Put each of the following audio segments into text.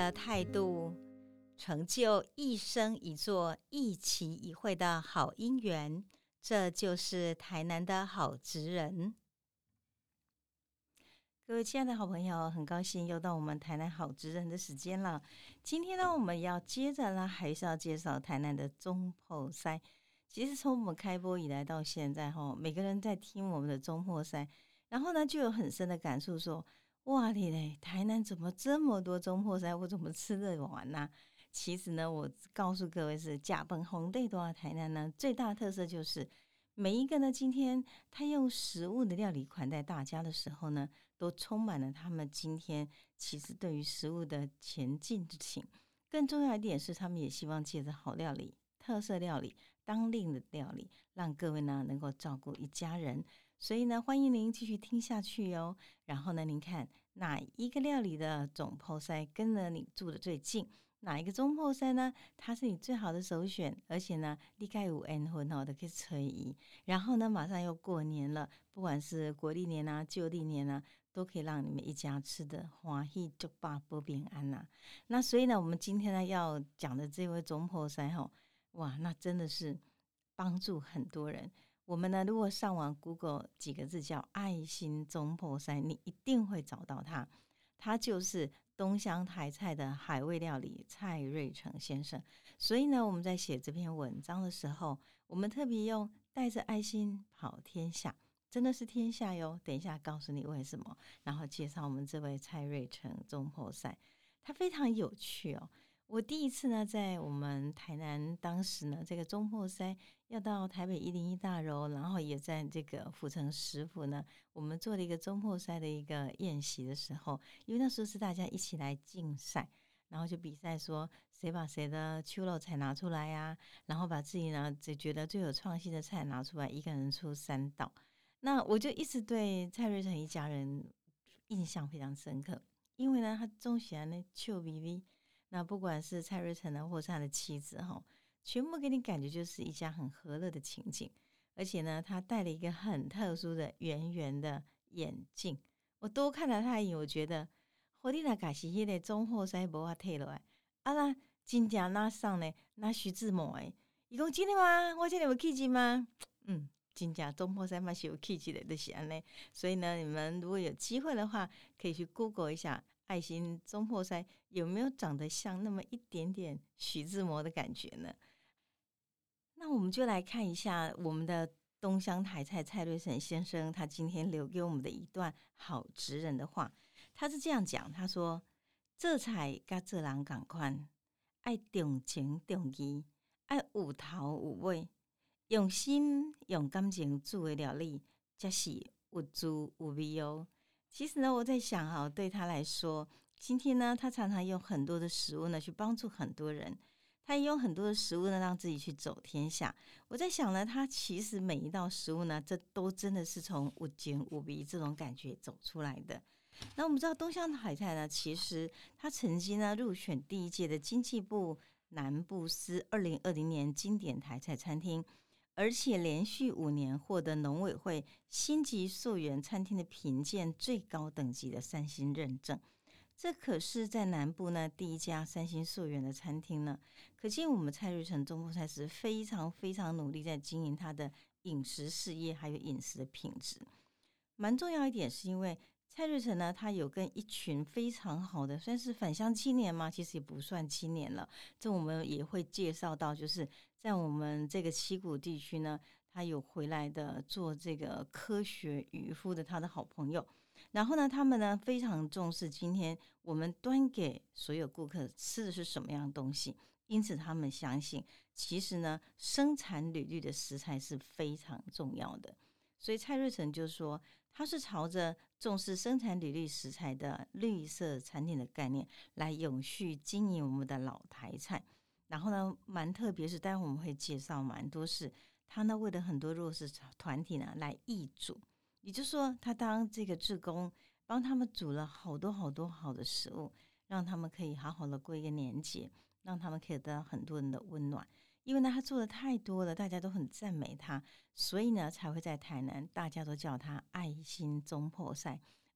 的态度，成就一生一座一期一会的好姻缘，这就是台南的好职人。各位亲爱的好朋友，很高兴又到我们台南好职人的时间了。今天呢，我们要接着呢，还是要介绍台南的中破塞。其实从我们开播以来到现在每个人在听我们的中破塞，然后呢，就有很深的感触说，哇哩嘞，台南怎么这么多中破塞，我怎么吃得完呢？其实呢，我告诉各位是甲本红对多台南呢，最大特色就是每一个呢，今天他用食物的料理款待大家的时候呢，都充满了他们今天其实对于食物的前进之情。更重要一点是，他们也希望借着好料理、特色料理、当令的料理，让各位呢能够照顾一家人。所以呢，欢迎您继续听下去哟。然后呢，您看哪一个料理的总铺塞跟着你住的最近？哪一个中破塞呢？它是你最好的首选，而且呢，你该有缘分都可以催疑。然后呢，马上又过年了，不管是国历年啊、旧历年啊，都可以让你们一家吃的欢喜足饱保平安呐。那所以呢，我们今天呢要讲的这位中破塞哇，那真的是帮助很多人。我们呢，如果上网 Google 几个字叫爱心中破塞，你一定会找到它。他就是东乡台菜的海味料理蔡瑞成先生。所以呢，我们在写这篇文章的时候，我们特别用带着爱心跑天下，真的是天下哟。等一下告诉你为什么，然后介绍我们这位蔡瑞成中破塞，他非常有趣哦。我第一次呢，在我们台南，当时呢，这个中破塞要到台北101大楼，然后也在这个府城食府呢，我们做了一个中破塞的一个宴席的时候，因为那时候是大家一起来竞赛，然后就比赛说谁把谁的秋肉菜拿出来呀，然后把自己呢只觉得最有创新的菜拿出来，一个人出3道。那我就一直对蔡瑞成一家人印象非常深刻，因为呢，他总喜欢那笑眯眯。那不管是蔡瑞成呢，或是他的妻子全部给你感觉就是一家很和乐的情景。而且呢，他戴了一个很特殊的圆圆的眼镜，我多看了他一眼，我觉得好你那假是迄个中破塞无法退落来啊，那真正那上呢，那徐志摩伊讲真的吗？我真的有气质吗？真正中破塞嘛是有气质的，就是安尼。所以呢，你们如果有机会的话，可以去 Google 一下爱心中破塞有没有长得像那么一点点徐志摩的感觉呢？那我们就来看一下我们的东乡台菜蔡瑞成先生，他今天留给我们的一段好职人的话。他是这样讲，他说：做菜跟做人同款，爱重情重义，爱有头有尾，用心用感情煮的料理，才是有滋有味哦。其实呢，我在想对他来说，今天呢，他常常用很多的食物呢去帮助很多人，他也用很多的食物呢让自己去走天下。我在想呢，他其实每一道食物呢，这都真的是从有情有味这种感觉走出来的。那我们知道东乡台菜呢，其实他曾经呢入选第1届的经济部南部司2020年经典台菜餐厅，而且连续5年获得农委会星级溯源餐厅的评鉴最高等级的3星认证。这可是在南部呢第1家3星溯源的餐厅呢，可见我们蔡瑞成中破塞是非常非常努力在经营他的饮食事业，还有饮食的品质。蛮重要一点是因为蔡瑞成呢，他有跟一群非常好的，算是返乡青年嘛，其实也不算青年了。这我们也会介绍到，就是在我们这个七股地区呢，他有回来的做这个科学渔夫的他的好朋友。然后呢，他们呢非常重视今天我们端给所有顾客吃的是什么样的东西，因此他们相信，其实呢生产履历的食材是非常重要的。所以蔡瑞成就说，他是朝着重视生产履历食材的绿色餐厅的概念来永续经营我们的老台菜。然后呢，蛮特别是待会我们会介绍蛮多是他呢为了很多弱势团体呢来义煮，也就是说他当这个志工，帮他们煮了好多好多好的食物，让他们可以好好的过一个年节，让他们可以得到很多人的温暖。因为呢他做的太多了，大家都很赞美他，所以呢才会在台南大家都叫他爱心中破塞。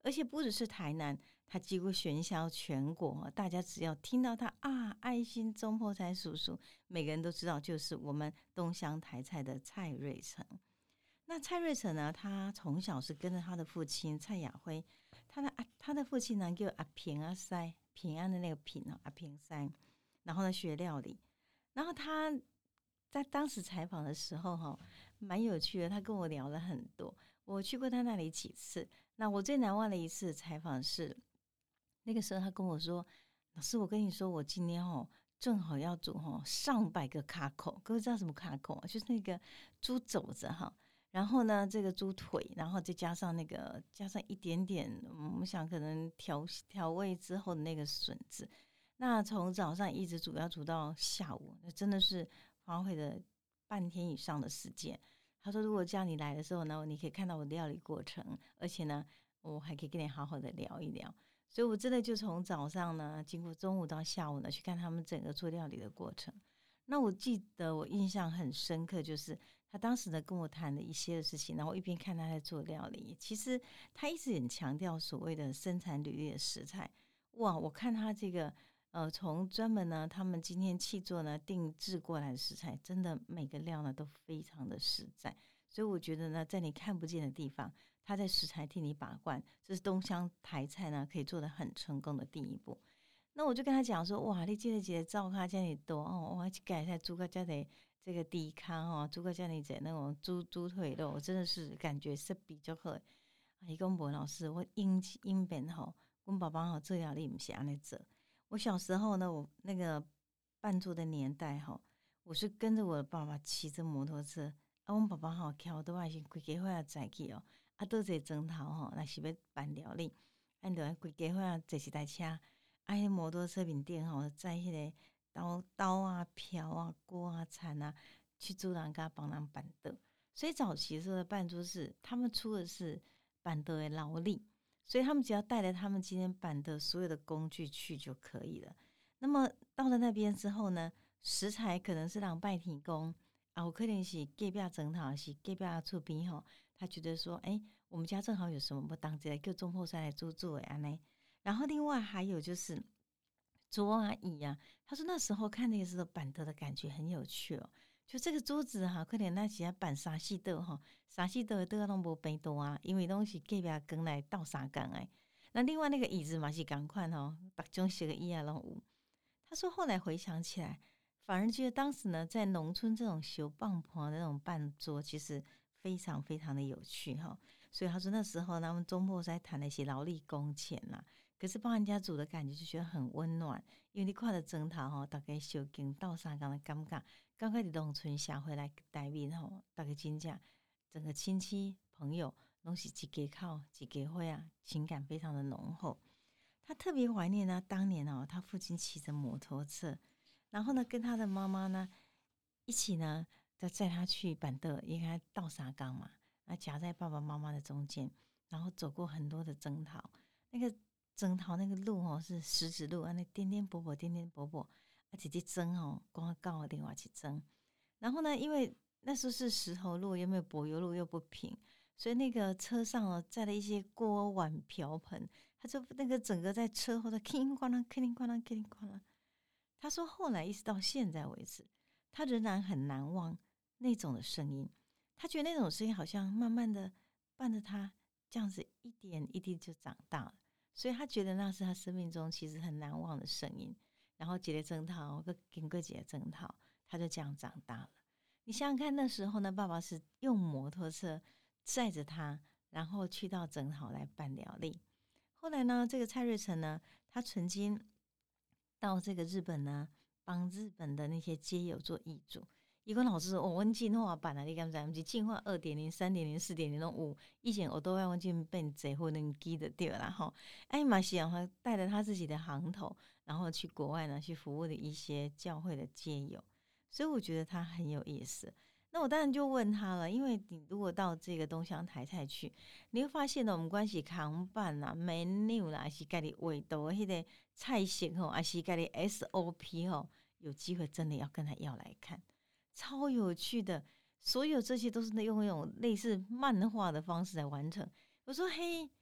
而且不只是台南，它几乎喧嚣全国，大家只要听到它啊，爱心中破菜叔叔，每个人都知道就是我们东乡台菜的蔡瑞成。那蔡瑞成呢，他从小是跟着他的父亲蔡亚辉，他的父亲呢叫阿平阿塞，平安的那个平哦，阿平塞，然后呢学料理，然后他在当时采访的时候哈，蛮有趣的，他跟我聊了很多。我去过他那里几次，那我最难忘的一次采访是，那个时候他跟我说：“老师，我跟你说，我今天正好要煮上百个卡口，各位知道什么卡口啊？就是那个猪肘子哈。”然后呢，这个猪腿，然后再加上一点点，我想可能调味之后的那个笋子，那从早上一直煮要煮到下午，那真的是花费了半天以上的时间。他说，如果叫你来的时候呢，你可以看到我的料理过程，而且呢，我还可以跟你好好的聊一聊。所以我真的就从早上呢，经过中午到下午呢，去看他们整个做料理的过程。那我记得我印象很深刻，就是他当时呢跟我谈了一些的事情，然后我一边看他在做料理，其实他一直很强调所谓的生产履历的食材。哇，我看他这个从专门呢他们今天契作呢定制过来的食材，真的每个料呢都非常的实在。所以我觉得呢，在你看不见的地方，他在食材替你把关，这是东乡台菜呢可以做得很成功的第一步。那我就跟他讲说，哇，你这个节照卡这样多哦，我去改一下猪个家的这个低康哦，猪个家里的那种猪腿肉，我真的是感觉是比较好。伊讲无老师，我因变吼，阮爸爸吼做料理不是安尼做。我小时候呢，我那个半桌的年代吼，我是跟着我的爸爸骑着摩托车，啊，阮爸爸吼桥都还是规家伙载去哦，啊，倒一个砖头吼，若是要办料理，啊，就规家伙坐一台车。啊，迄摩托车面顶吼，载迄个刀啊、瓢啊、锅啊、铲啊，去租人家帮人板凳。所以早期的时候的办桌是他们出的是板凳的劳力，所以他们只要带着他们今天板的所有的工具去就可以了。那么到了那边之后呢，食材可能是人拜提供啊，我可能是隔壁整讨是隔壁厝边吼，他觉得说，我们家正好有什么，我当起来叫中破山来煮诶安尼。然后另外还有就是桌啊椅啊，他说那时候看那个时候板凳的感觉很有趣哦。就这个桌子哈，可能那些板沙细豆哈，沙细豆都拢无变多啊，因为东西隔壁跟来倒沙缸哎。那另外那个椅子嘛是赶快哦，把种些个椅啊拢有。他说后来回想起来，反而觉得当时呢，在农村这种修棒婆的那种办桌，其实非常非常的有趣哈。所以他说那时候他们中破在谈那些劳力工钱呐，可是帮人家煮的感觉就觉得很温暖，因为你看着枕头吼，大概修经倒三工的感觉，刚开始农村社会来台面吼，大概真正整个亲戚朋友拢是一家口一家伙啊，情感非常的浓厚。他特别怀念呢，当年哦，他父亲骑着摩托车，然后呢，跟他的妈妈呢一起呢，载他去板凳，应该倒沙缸嘛，那夹在爸爸妈妈的中间，然后走过很多的征讨，那个征讨那个路哦是石子路啊，那颠颠簸簸，颠颠簸簸，而且去争哦，光告电话去争，然后呢，因为那时候是石头路，又没有柏油路，又不平，所以那个车上哦载了一些锅碗瓢盆。他就那个整个在车后的叮铃哐啷、叮铃哐啷、叮铃哐啷。他说后来一直到现在为止，他仍然很难忘那种的声音。他觉得那种声音好像慢慢的伴着他这样子一点一滴就长大了，所以他觉得那是他生命中其实很难忘的声音。然后姐姐征讨，跟哥姐姐征讨，他就这样长大了。你想想看，那时候呢，爸爸是用摩托车载着他，然后去到征讨来办疗理。后来呢，这个蔡瑞成呢，他曾经到这个日本呢，帮日本的那些街友做义主。伊讲老师说，阮进化版啊，你敢知？毋是进化2.0、3.0、4.0拢有。以前我都要阮进变坐混能机的对啦吼。马西亚他带着他自己的行头，然后去国外呢去服务的一些教会的街友，所以我觉得他很有意思。那我当然就问他了，因为你如果到这个东乡台菜去，你会发现呢，我们关系扛板啦、menu 啦，还是家己味道的迄个菜式吼，还是家己 SOP 吼，有机会真的要跟他要来看，超有趣的。所有这些都是用那种类似漫画的方式来完成。我说嘿，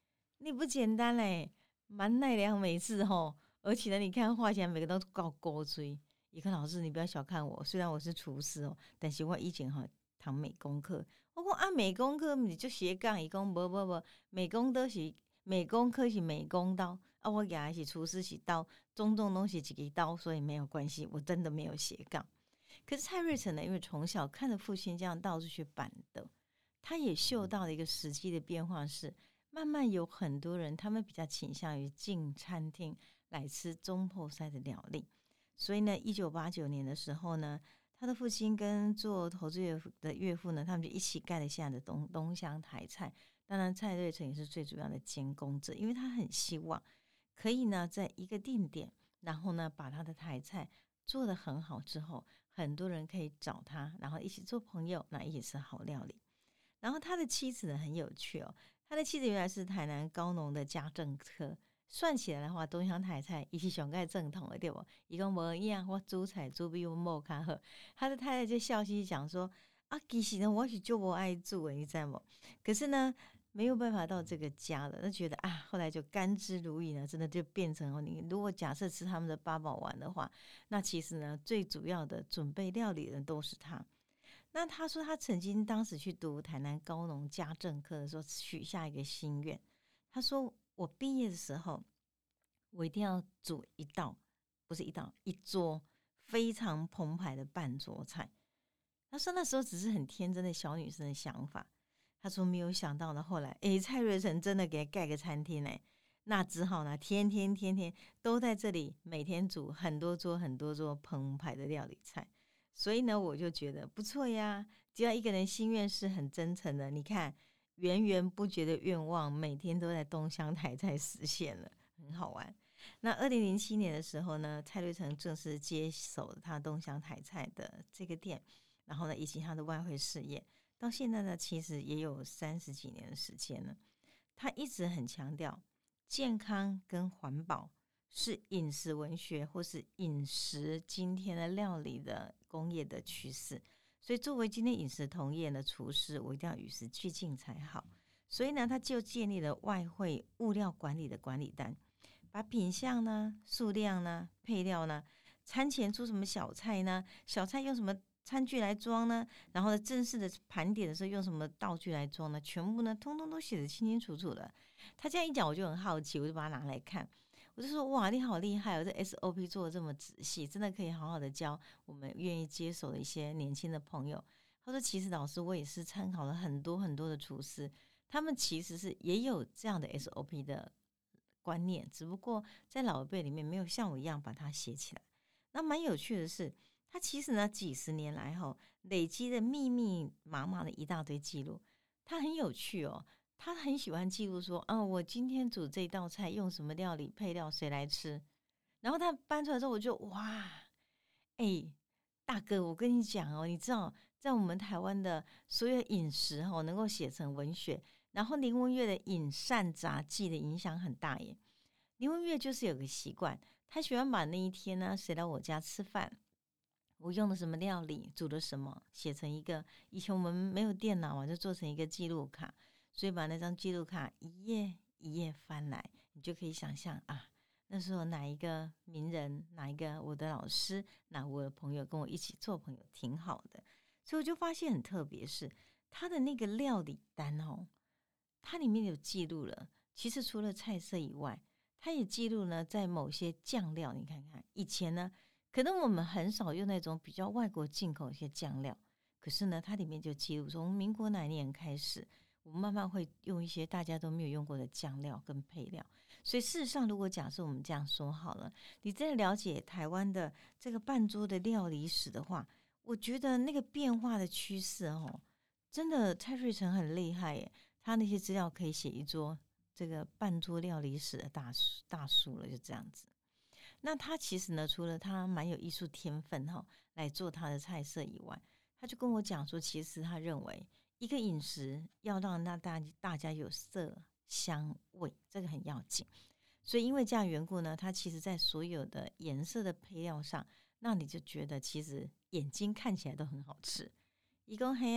你不简单嘞，蛮奈良美智吼，而且呢，你看画起来每个都高高追。一个老师，你不要小看我，虽然我是厨师哦，但是我以前哈堂美工课，我讲啊美工课你就斜杠，伊讲无，美工都是美工课是美工刀啊，我牙是厨师是刀，种东西几个刀，所以没有关系，我真的没有斜杠。可是蔡瑞成呢，因为从小看着父亲这样到处去板的，他也嗅到了一个时机的变化是，慢慢有很多人他们比较倾向于进餐厅来吃中破塞的料理。所以呢，1989年的时候呢，他的父亲跟做投资的岳父呢，他们就一起盖了现在的东乡台菜。当然，蔡瑞成也是最主要的监工者，因为他很希望可以呢，在一个定点，然后呢，把他的台菜做得很好之后，很多人可以找他，然后一起做朋友，那一起吃好料理。然后他的妻子呢很有趣哦，他的妻子原来是台南高农的家政科，算起来的话，东乡台菜伊是上盖正统的对不？伊讲无一样，我煮菜煮比我某较好。他的太太就笑嘻嘻讲说：啊，其实呢，我是就不爱煮的，你知道吗？可是呢，没有办法到这个家了，就觉得啊，后来就甘之如饴呢，真的就变成哦，你如果假设吃他们的八宝丸的话，那其实呢，最主要的准备料理的都是他。那他说他曾经当时去读台南高农家政科的时候，许下一个心愿。他说我毕业的时候，我一定要煮一道，不是一道，一桌非常澎湃的半桌菜。他说那时候只是很天真的小女生的想法。他说没有想到呢，后来蔡瑞成真的给他盖个餐厅哎，那只好呢天天都在这里，每天煮很多桌很多桌澎湃的料理菜。所以呢，我就觉得不错呀。只要一个人心愿是很真诚的，你看源源不绝的愿望，每天都在东乡台菜实现了，很好玩。那2007年的时候呢，蔡瑞成正式接手了他东乡台菜的这个店，然后呢，以及他的外汇事业，到现在呢，其实也有30几年的时间了。他一直很强调健康跟环保是饮食文学或是饮食今天的料理的工业的趋势，所以作为今天饮食同业的厨师，我一定要与时俱进才好。所以呢，他就建立了外汇物料管理的管理单，把品项呢、数量呢、配料呢、餐前出什么小菜呢、小菜用什么餐具来装呢，然后呢正式的盘点的时候用什么道具来装呢，全部呢通通都写得清清楚楚的。他这样一讲，我就很好奇，我就把它拿来看。我就说哇，你好厉害哦！这 SOP 做的这么仔细，真的可以好好的教我们愿意接手的一些年轻的朋友。他说，其实老师我也是参考了很多很多的厨师，他们其实是也有这样的 SOP 的观念，只不过在老一辈里面没有像我一样把它写起来。那蛮有趣的是，他其实呢几十年来后累积的密密麻麻的一大堆记录，他很有趣哦。他很喜欢记录说，我今天煮这道菜用什么料理配料，谁来吃。然后他搬出来之后，我就哇，大哥，我跟你讲哦，你知道，在我们台湾的所有饮食哦，能够写成文学，然后林文月的《饮膳杂记》的影响很大耶。林文月就是有个习惯，他喜欢把那一天呢，谁来我家吃饭，我用的什么料理，煮了什么，写成一个。以前我们没有电脑嘛，就做成一个记录卡。所以把那张记录卡一页一页翻来，你就可以想象啊，那时候哪一个名人，哪一个我的老师，哪我的朋友跟我一起做朋友，挺好的。所以我就发现很特别是他的那个料理单哦，它里面有记录了。其实除了菜色以外，它也记录呢，在某些酱料，你看看以前呢，可能我们很少用那种比较外国进口一些酱料，可是呢，它里面就记录从民国哪年开始。我们慢慢会用一些大家都没有用过的酱料跟配料，所以事实上，如果假设我们这样说好了，你在了解台湾的这个半桌的料理史的话，我觉得那个变化的趋势哦，真的蔡瑞成很厉害耶，他那些资料可以写一桌这个半桌料理史的大书了，就这样子。那他其实呢，除了他蛮有艺术天分来做他的菜色以外，他就跟我讲说，其实他认为一个饮食要让大家有色香味，这个很要紧。所以因为这样缘故呢，它其实在所有的颜色的配料上，那你就觉得其实眼睛看起来都很好吃。一共黑啊，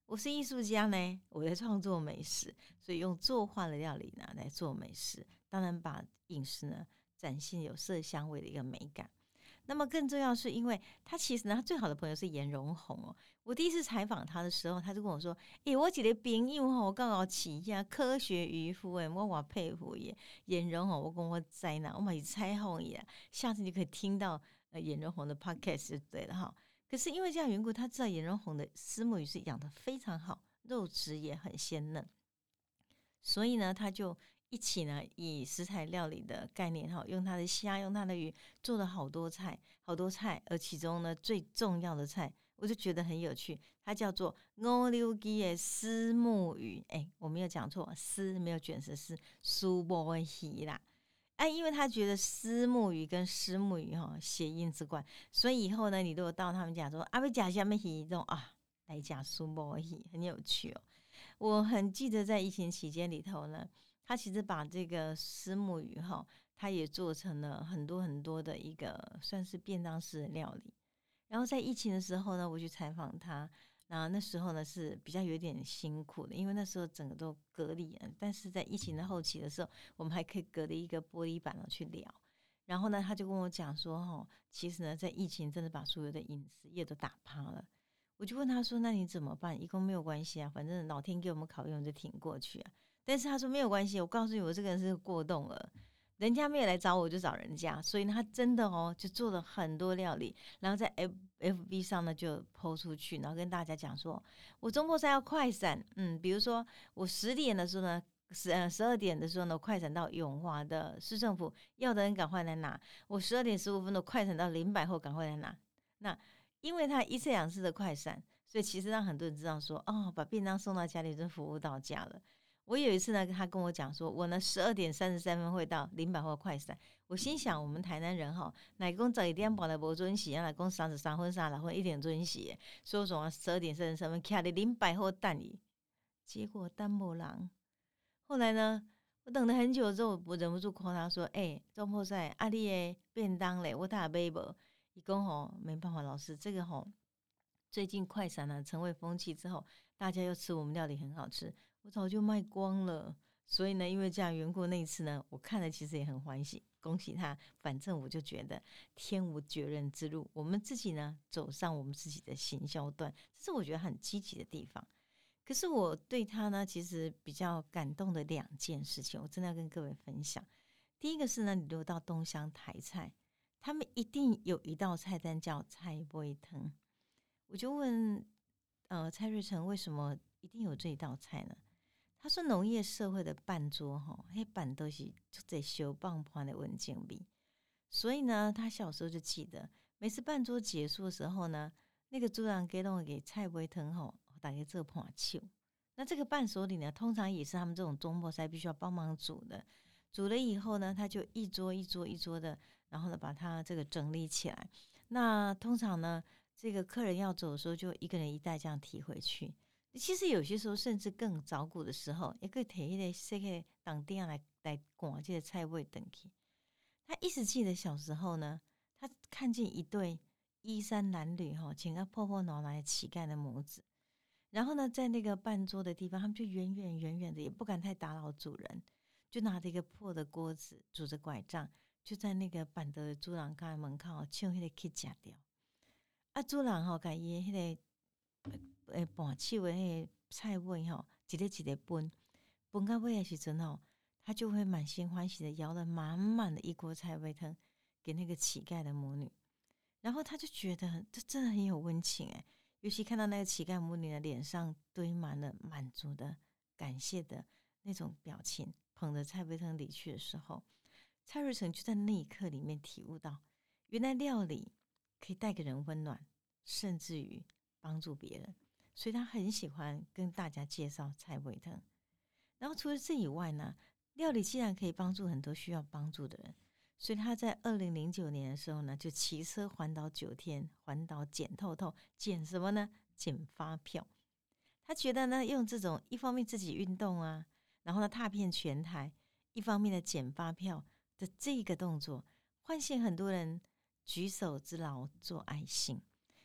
我是艺术家呢，我在创作美食，所以用作画的料理呢来做美食，当然把饮食呢展现有色香味的一个美感。那么更重要是因为他其实呢，他最好的朋友是颜荣宏哦。我第一次采访他的时候，他就跟我说：“诶，我一个朋友吼，刚好起一下科学渔夫诶，我佩服耶。颜荣宏，我跟我在那，我买采访耶，下次你可以听到颜荣宏的 podcast 就对了哈。可是因为这样缘故，他知道颜荣宏的虱目鱼是养得非常好，肉质也很鲜嫩，所以呢，他就一起呢以食材料理的概念哈，用他的虾，用他的鱼做了好多菜，好多菜。而其中呢最重要的菜，我就觉得很有趣，它叫做五柳鸡的虱目鱼。哎，我没有讲错，丝没有卷舌丝，苏波鱼啦。哎，因为他觉得虱目鱼跟虱目鱼哈谐音之冠，所以以后呢，你如果到他们家说阿要吃什么鱼，这种啊来讲苏波鱼，很有趣哦。我很记得在疫情期间里头呢，他其实把这个虱目鱼哈，他也做成了很多很多的一个算是便当式的料理。然后在疫情的时候呢，我去采访他，那时候呢是比较有点辛苦的，因为那时候整个都隔离了。但是在疫情的后期的时候，我们还可以隔着一个玻璃板去聊。然后呢，他就跟我讲说，哈，其实呢，在疫情真的把所有的饮食业都打趴了。我就问他说：“那你怎么办？”一共没有关系啊，反正老天给我们考验，我们就挺过去啊。但是他说没有关系，我告诉你，我这个人是过动了，人家没有来找我，我就找人家。所以呢，他真的哦，就做了很多料理，然后在 FB 上呢就 po 出去，然后跟大家讲说，我中破塞要快闪，比如说我10点的时候呢。12点的时候呢，快闪到永华的市政府，要的人赶快来拿。我12点15分的快闪到林百货，赶快来拿。那因为他一次两次的快闪，所以其实让很多人知道说，哦，把便当送到家里，真服务到家了。我有一次呢，他跟我讲说，我呢12点33分会到林百货快闪。我心想，我们台南人哈，乃公11点半的无准时，乃公33分、36分一点准时，所以我说12点33分徛在林百货等你，结果等无人。后来呢，我等了很久之后，我忍不住 call 他说：“哎、中破赛，阿丽的便当嘞，我打买无？”伊讲吼，没办法，老师，这个吼，最近快闪呢成为风气之后，大家又吃我们料理很好吃，我早就卖光了。所以呢，因为这样缘故，那一次呢，我看了其实也很欢喜，恭喜他。反正我就觉得天无绝人之路，我们自己呢走上我们自己的行销段，这是我觉得很积极的地方。可是我对他呢，其实比较感动的2件事情，我真的要跟各位分享。第一个是呢，你如果到东乡台菜，他们一定有一道菜单叫菜龟汤。我就问，蔡瑞成为什么一定有这一道菜呢？他说，农业社会的办桌哈，黑板都是在修棒盘的文件里，所以呢，他小时候就记得，每次办桌结束的时候呢，那个主人给菜龟汤吼，大家做盘手。那这个伴手礼呢，通常也是他们这种中破塞必须要帮忙煮的。煮了以后呢，他就一桌一桌一桌的，然后呢把它这个整理起来。那通常呢，这个客人要走的时候，就一个人一袋这样提回去。其实有些时候，甚至更早古的时候，也可以提那个这个当店来赶这个菜味等去。他一直记得小时候呢，他看见一对衣衫褴褛哈，穿个破破烂烂的乞丐的母子。然后呢，在那个办桌的地方，他们就远远的，也不敢太打扰主人，就拿着一个破的锅子，拄着拐杖，就在那个板的主人家门口抢迄个去吃掉。啊，主人吼，甲伊迄个盘手的迄个菜尾吼，一个一个分到尾的时阵吼，他就会满心欢喜的舀了满满的一锅菜尾汤给那个乞丐的母女，然后他就觉得这真的很有温情哎。尤其看到那个乞丐母女的脸上堆满了满足的、感谢的那种表情，捧着菜杯汤离去的时候，蔡瑞成就在那一刻里面体悟到，原来料理可以带给人温暖，甚至于帮助别人，所以他很喜欢跟大家介绍菜杯汤。然后除了这以外呢，料理既然可以帮助很多需要帮助的人，所以他在2009年的时候呢，就骑车环岛9天，环岛捡透透，捡什么呢？捡发票。他觉得呢，用这种一方面自己运动啊，然后呢踏遍全台，一方面的捡发票的这个动作，唤醒很多人举手之劳做爱心。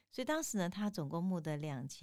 所以当时呢，他总共募得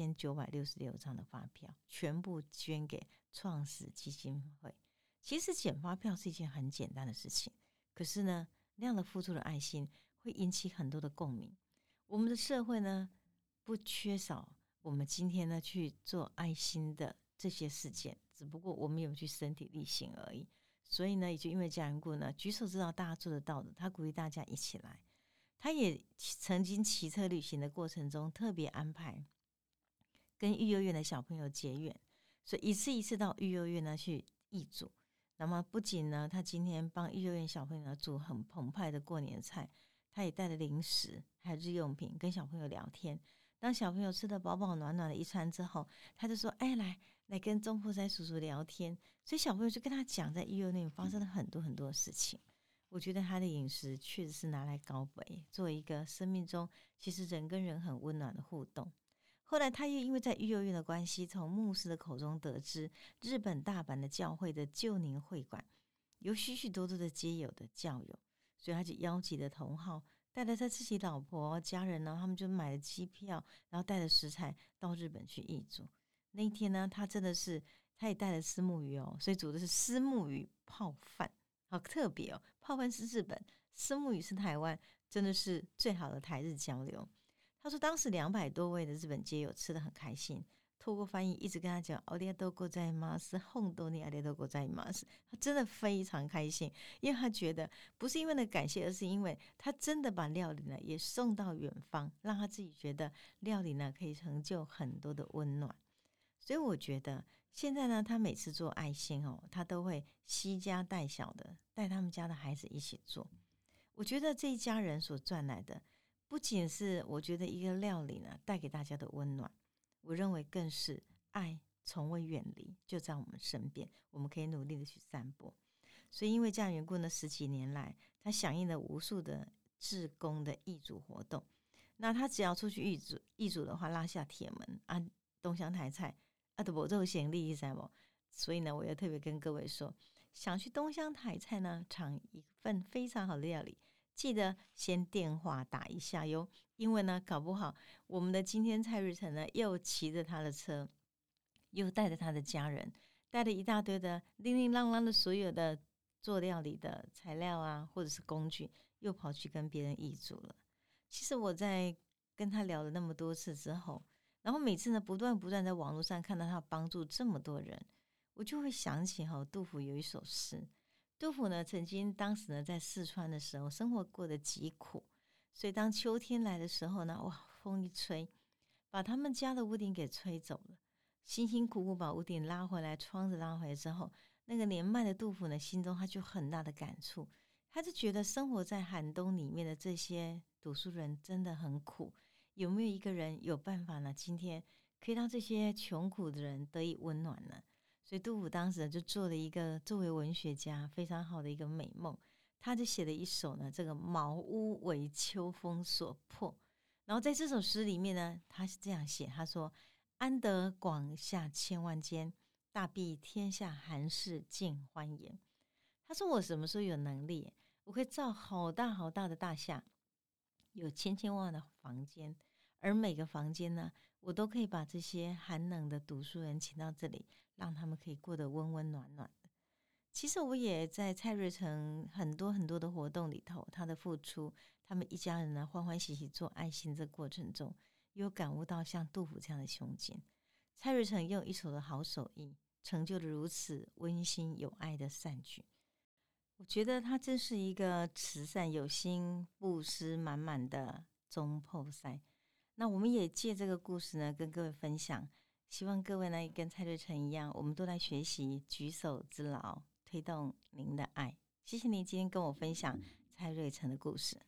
2966张的发票，全部捐给创始基金会。其实捡发票是一件很简单的事情，可是呢，那样的付出的爱心会引起很多的共鸣。我们的社会呢，不缺少我们今天呢去做爱心的这些事件，只不过我们有去身体力行而已。所以呢，也就因为这样缘故呢，举手知道大家做得到的，他鼓励大家一起来。他也曾经骑车旅行的过程中，特别安排跟育幼院的小朋友结缘，所以一次一次到育幼院呢去义煮。那么不仅呢，他今天帮育幼院小朋友煮很澎湃的过年菜，他也带了零食还有日用品跟小朋友聊天。当小朋友吃得饱饱暖暖的一餐之后，他就说：“哎，来跟中破塞叔叔聊天。”所以小朋友就跟他讲，在育幼院发生了很多很多事情。我觉得他的饮食确实是拿来高杯，作为一个生命中其实人跟人很温暖的互动。后来他又因为在育幼院的关系，从牧师的口中得知日本大阪的教会的旧宁会馆有许许多多的街友的教友，所以他就邀集了同好，带着他自己老婆家人呢，他们就买了机票，然后带着食材到日本去义煮。那一天呢，他真的是他也带了虱目鱼哦，所以煮的是虱目鱼泡饭，好特别哦。泡饭是日本，虱目鱼是台湾，真的是最好的台日交流。他说当时200多位的日本街友吃得很开心，透过翻译一直跟他讲ありがとうございます，本当にありがとうございます。他真的非常开心，因为他觉得不是因为那感谢，而是因为他真的把料理呢也送到远方，让他自己觉得料理呢可以成就很多的温暖。所以我觉得现在呢，他每次做爱心哦，他都会惜家带小的，带他们家的孩子一起做。我觉得这一家人所赚来的，不仅是我觉得一个料理呢带给大家的温暖，我认为更是爱从未远离，就在我们身边，我们可以努力的去散播。所以因为这样缘故呢，10几年来，他响应了无数的志工的义主活动。那他只要出去义主的话，拉下铁门啊，东乡台菜啊，都不这行李，知道。所以呢，我要特别跟各位说，想去东乡台菜呢，尝一份非常好的料理，记得先电话打一下哟，因为呢，搞不好我们的今天蔡瑞成呢，又骑着他的车，又带着他的家人，带着一大堆的叮叮啷啷的所有的做料理的材料啊，或者是工具，又跑去跟别人义煮了。其实我在跟他聊了那么多次之后，然后每次呢不断在网络上看到他帮助这么多人，我就会想起杜甫有一首诗。杜甫呢曾经当时呢在四川的时候生活过得极苦，所以当秋天来的时候呢，哇，风一吹，把他们家的屋顶给吹走了，辛辛苦苦把屋顶拉回来，窗子拉回来之后，那个年迈的杜甫呢心中他就很大的感触，他就觉得生活在寒冬里面的这些读书人真的很苦，有没有一个人有办法呢？今天可以让这些穷苦的人得以温暖呢？所以杜甫当时就做了一个作为文学家非常好的一个美梦，他就写了一首呢，这个茅屋为秋风所破。然后在这首诗里面呢，他是这样写，他说：安得广厦千万间，大庇天下寒士尽欢颜。他说我什么时候有能力，我可以造好大好大的大厦，有千千万万的房间，而每个房间呢，我都可以把这些寒冷的读书人请到这里，让他们可以过得温温暖暖的。其实我也在蔡瑞成很多很多的活动里头，他的付出，他们一家人呢欢欢喜喜做爱心这过程中，有感悟到像杜甫这样的胸襟。蔡瑞成用一手的好手艺，成就了如此温馨有爱的善举。我觉得他真是一个慈善有心、布施满满的中破塞。那我们也借这个故事呢，跟各位分享，希望各位呢跟蔡瑞成一样，我们都来学习举手之劳，推动您的爱。谢谢您今天跟我分享蔡瑞成的故事。